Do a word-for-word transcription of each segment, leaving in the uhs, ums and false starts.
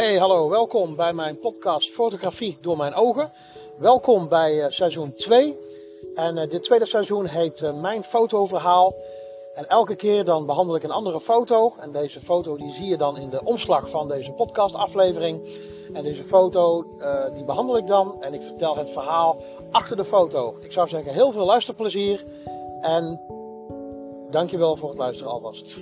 Hey, hallo, welkom bij mijn podcast Fotografie door mijn ogen. Welkom bij uh, seizoen twee. En uh, dit tweede seizoen heet uh, Mijn Fotoverhaal. En elke keer dan behandel ik een andere foto. En deze foto die zie je dan in de omslag van deze podcastaflevering. En deze foto uh, die behandel ik dan en ik vertel het verhaal achter de foto. Ik zou zeggen heel veel luisterplezier en dankjewel voor het luisteren alvast.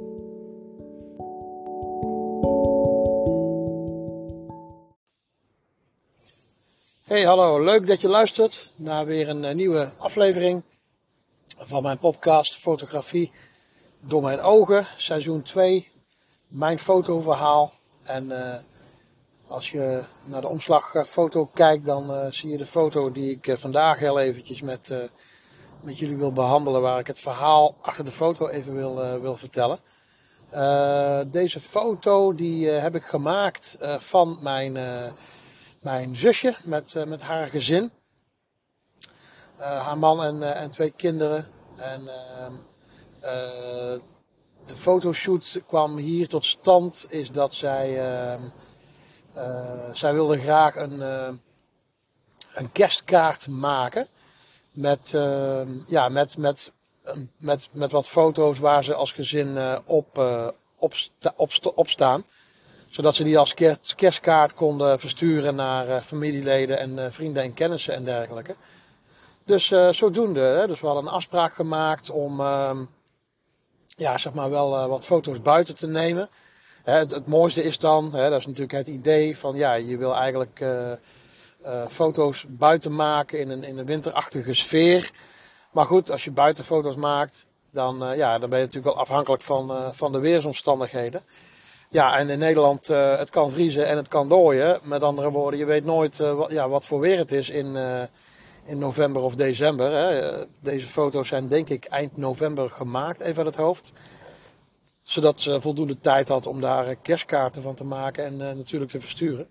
Hey, hallo, leuk dat je luistert naar weer een uh, nieuwe aflevering van mijn podcast Fotografie door mijn ogen, seizoen twee, Mijn Fotoverhaal. En uh, als je naar de omslagfoto kijkt, dan uh, zie je de foto die ik uh, vandaag heel eventjes met, uh, met jullie wil behandelen, waar ik het verhaal achter de foto even wil, uh, wil vertellen. Uh, deze foto die uh, heb ik gemaakt uh, van mijn... Uh, Mijn zusje met, uh, met haar gezin, uh, haar man en, uh, en twee kinderen. En uh, uh, de fotoshoot kwam hier tot stand, is dat zij, uh, uh, zij wilde graag een, uh, een kerstkaart maken met, uh, ja, met, met, met, met wat foto's waar ze als gezin uh, op, uh, op, sta, op, op staan. Zodat ze die als kerstkaart konden versturen naar uh, familieleden en uh, vrienden en kennissen en dergelijke. Dus uh, zodoende. Hè? Dus we hadden een afspraak gemaakt om uh, ja, zeg maar wel uh, wat foto's buiten te nemen. Hè, het, het mooiste is dan, hè, dat is natuurlijk het idee van ja, je wil eigenlijk uh, uh, foto's buiten maken in een, in een winterachtige sfeer. Maar goed, als je buiten foto's maakt, dan, uh, ja, dan ben je natuurlijk wel afhankelijk van, uh, van de weersomstandigheden. Ja, en in Nederland, uh, het kan vriezen en het kan dooien. Met andere woorden, je weet nooit uh, wat, ja, wat voor weer het is in, uh, in november of december. Hè. Uh, deze foto's zijn denk ik eind november gemaakt, even uit het hoofd. Zodat ze voldoende tijd had om daar uh, kerstkaarten van te maken en uh, natuurlijk te versturen.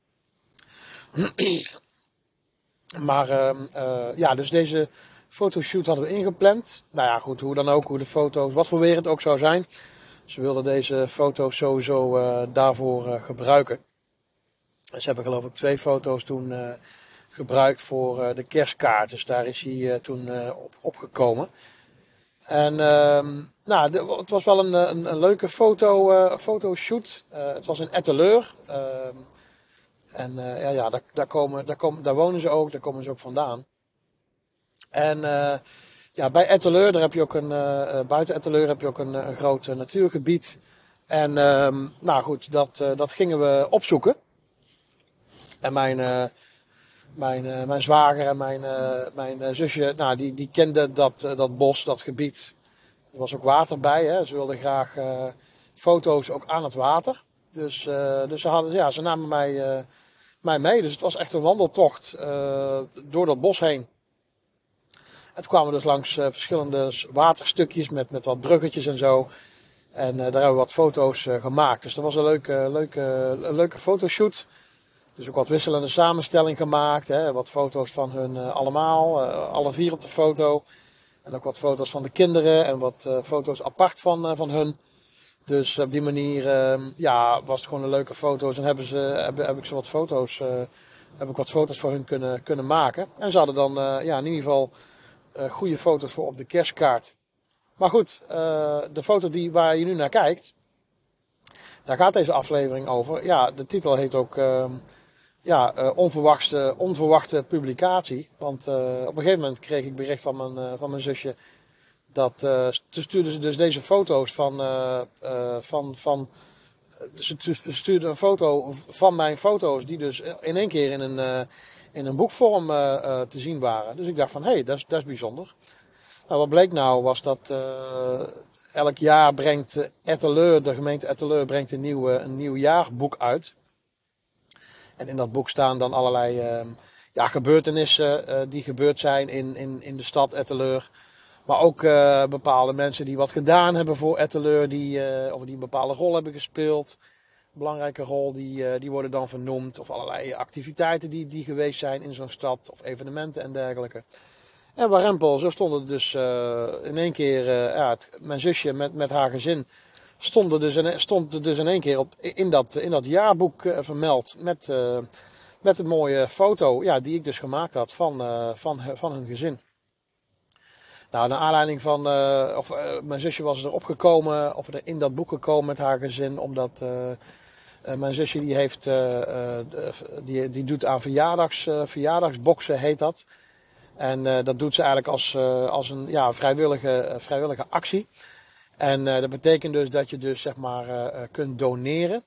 maar uh, uh, ja, dus deze fotoshoot hadden we ingepland. Nou ja, goed, hoe dan ook, hoe de foto's, wat voor weer het ook zou zijn. Ze wilden deze foto's sowieso uh, daarvoor uh, gebruiken. Ze hebben geloof ik twee foto's toen uh, gebruikt voor uh, de kerstkaart. Dus daar is hij uh, toen uh, op opgekomen. En uh, nou, de, het was wel een, een, een leuke foto, uh, fotoshoot. Uh, het was in Etteleur. Uh, en uh, ja, ja daar, daar, komen, daar, komen, daar wonen ze ook, daar komen ze ook vandaan. En... Uh, Ja, bij Etteleur, daar heb je ook een, uh, buiten Etteleur heb je ook een, een groot uh, natuurgebied. En uh, nou goed, dat, uh, dat gingen we opzoeken. En mijn, uh, mijn, uh, mijn zwager en mijn, uh, mijn uh, zusje, nou, die, die kenden dat, uh, dat bos, dat gebied. Er was ook water bij, hè. Ze wilden graag uh, foto's ook aan het water. Dus, uh, dus ze, hadden, ja, ze namen mij, uh, mij mee. Dus het was echt een wandeltocht uh, door dat bos heen. En toen kwamen we dus langs uh, verschillende waterstukjes met, met wat bruggetjes en zo. En uh, daar hebben we wat foto's uh, gemaakt. Dus dat was een leuke, leuke, een leuke fotoshoot. Dus ook wat wisselende samenstelling gemaakt. Hè. Wat foto's van hun uh, allemaal, uh, alle vier op de foto. En ook wat foto's van de kinderen en wat uh, foto's apart van, uh, van hun. Dus op die manier uh, ja, was het gewoon een leuke foto's. En hebben ze, heb, heb ik ze wat foto's, uh, heb ik wat foto's voor hun kunnen, kunnen maken. En ze hadden dan uh, ja, in ieder geval... Uh, goede foto's voor op de kerstkaart. Maar goed, uh, de foto die, waar je nu naar kijkt, daar gaat deze aflevering over. Ja, de titel heet ook uh, ja, uh, onverwachte, onverwachte publicatie. Want uh, op een gegeven moment kreeg ik bericht van mijn, uh, van mijn zusje dat uh, ze stuurde ze dus deze foto's van, uh, uh, van, van ze stuurde een foto van mijn foto's die dus in één keer in een uh, in een boekvorm uh, uh, te zien waren. Dus ik dacht van, hé, hey, dat is, dat is bijzonder. Nou, wat bleek nou was dat uh, elk jaar brengt Etteleur, de gemeente Etteleur, brengt een nieuw, een nieuw jaarboek uit. En in dat boek staan dan allerlei uh, ja, gebeurtenissen uh, die gebeurd zijn in, in, in de stad Etteleur. Maar ook uh, bepaalde mensen die wat gedaan hebben voor Etteleur, die, uh, of die een bepaalde rol hebben gespeeld. Belangrijke rol, die, uh, die worden dan vernoemd. Of allerlei activiteiten die, die geweest zijn in zo'n stad. Of evenementen en dergelijke. En warempel, zo stonden dus uh, in één keer uh, ja, het, mijn zusje met, met haar gezin stond er dus in, stond er dus in één keer op, in, dat, in dat jaarboek uh, vermeld met, uh, met een mooie foto ja, die ik dus gemaakt had van, uh, van, van hun gezin. Nou, naar aanleiding van, uh, of uh, mijn zusje was erop gekomen, of er in dat boek gekomen met haar gezin, omdat uh, uh, mijn zusje die heeft, uh, uh, die, die doet aan verjaardags, uh, verjaardagsboksen heet dat. En uh, dat doet ze eigenlijk als, uh, als een ja, vrijwillige, uh, vrijwillige actie. En uh, dat betekent dus dat je dus zeg maar uh, kunt doneren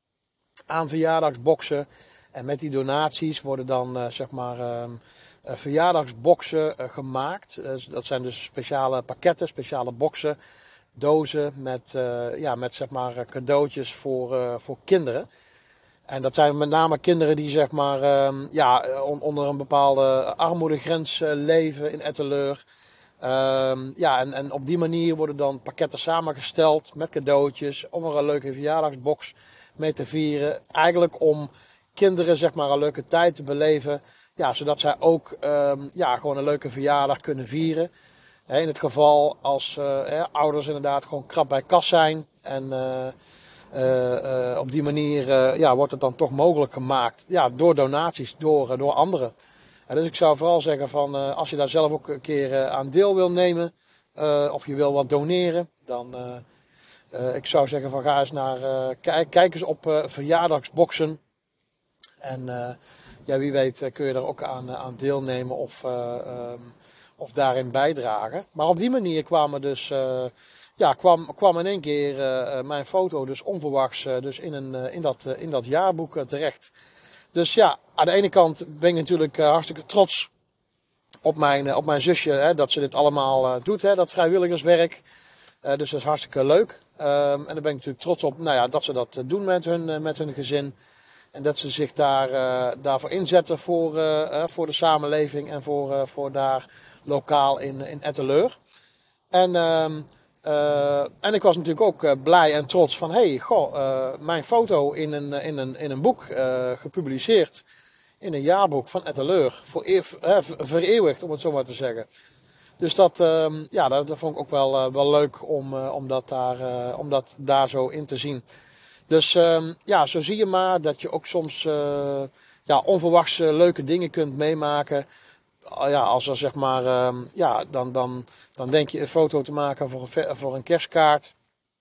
aan verjaardagsboksen. En met die donaties worden dan uh, zeg maar uh, uh, verjaardagsboksen uh, gemaakt. Uh, dat zijn dus speciale pakketten, speciale boksen, dozen met, uh, ja, met zeg maar cadeautjes voor, uh, voor kinderen. En dat zijn met name kinderen die zeg maar uh, ja, on, onder een bepaalde armoedegrens uh, leven in Etteleur. Um, ja, en, en op die manier worden dan pakketten samengesteld met cadeautjes om er een leuke verjaardagsbox mee te vieren. Eigenlijk om kinderen zeg maar een leuke tijd te beleven, ja, zodat zij ook um, ja, gewoon een leuke verjaardag kunnen vieren. He, in het geval als uh, he, ouders inderdaad gewoon krap bij kas zijn en uh, uh, uh, op die manier uh, ja, wordt het dan toch mogelijk gemaakt ja, door donaties, door, uh, door anderen. En dus ik zou vooral zeggen van uh, als je daar zelf ook een keer uh, aan deel wil nemen uh, of je wil wat doneren, dan uh, uh, ik zou zeggen van ga eens naar, uh, kijk, kijk eens op uh, verjaardagsboksen. En uh, ja, wie weet uh, kun je er ook aan, uh, aan deelnemen of, uh, um, of daarin bijdragen. Maar op die manier kwamen dus, uh, ja, kwam, kwam in één keer uh, mijn foto dus onverwachts uh, dus in, een, uh, in, dat, uh, in dat jaarboek uh, terecht. Dus ja, aan de ene kant ben ik natuurlijk uh, hartstikke trots op mijn, uh, op mijn zusje, hè, dat ze dit allemaal uh, doet, hè, dat vrijwilligerswerk. Uh, dus dat is hartstikke leuk. Um, en daar ben ik natuurlijk trots op nou ja, dat ze dat uh, doen met hun, uh, met hun gezin. En dat ze zich daar, uh, daarvoor inzetten voor, uh, uh, voor de samenleving en voor, uh, voor daar lokaal in, in Etteleur. En, uh, uh, en ik was natuurlijk ook uh, blij en trots van, hé, hey, goh, uh, mijn foto in een, in een, in een boek uh, gepubliceerd. In een jaarboek van Etteleur. Voor eeuw, uh, vereeuwigd, om het zo maar te zeggen. Dus dat, uh, ja, dat, dat vond ik ook wel, uh, wel leuk om, uh, om, dat daar, uh, om dat daar zo in te zien. Dus um, ja, zo zie je maar dat je ook soms uh, ja, onverwachts uh, leuke dingen kunt meemaken. Uh, ja, als er zeg maar, um, ja, dan, dan, dan denk je een foto te maken voor een, voor een kerstkaart.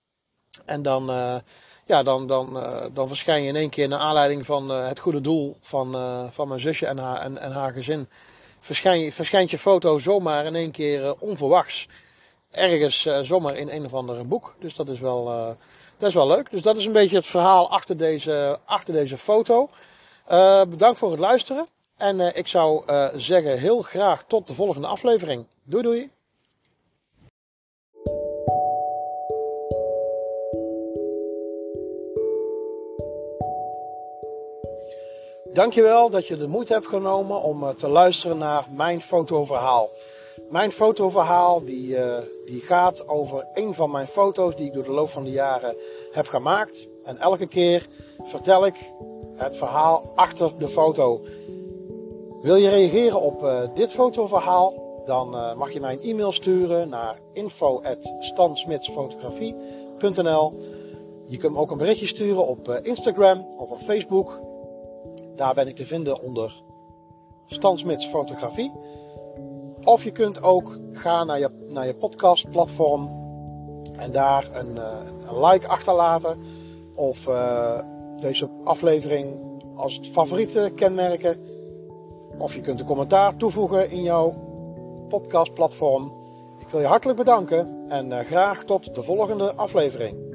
En dan, uh, ja, dan, dan, uh, dan verschijn je in één keer naar aanleiding van uh, het goede doel van, uh, van mijn zusje en haar, en, en haar gezin. Verschijn, verschijnt je foto zomaar in één keer uh, onverwachts. Ergens uh, zomaar in een of ander boek. Dus dat is wel... Uh, Dat is wel leuk. Dus dat is een beetje het verhaal achter deze, achter deze foto. Uh, bedankt voor het luisteren. En uh, ik zou uh, zeggen heel graag tot de volgende aflevering. Doei doei. Dankjewel dat je de moeite hebt genomen om uh, te luisteren naar mijn fotoverhaal. Mijn fotoverhaal die, uh, die gaat over een van mijn foto's die ik door de loop van de jaren heb gemaakt. En elke keer vertel ik het verhaal achter de foto. Wil je reageren op uh, dit fotoverhaal? Dan uh, mag je mij een e-mail sturen naar info at stansmitsfotografie punt n l. Je kunt me ook een berichtje sturen op uh, Instagram of op Facebook. Daar ben ik te vinden onder Stan Smits Fotografie. Of je kunt ook gaan naar je, naar je podcastplatform en daar een, een like achterlaten. Of uh, deze aflevering als favoriete kenmerken. Of je kunt een commentaar toevoegen in jouw podcastplatform. Ik wil je hartelijk bedanken en uh, graag tot de volgende aflevering.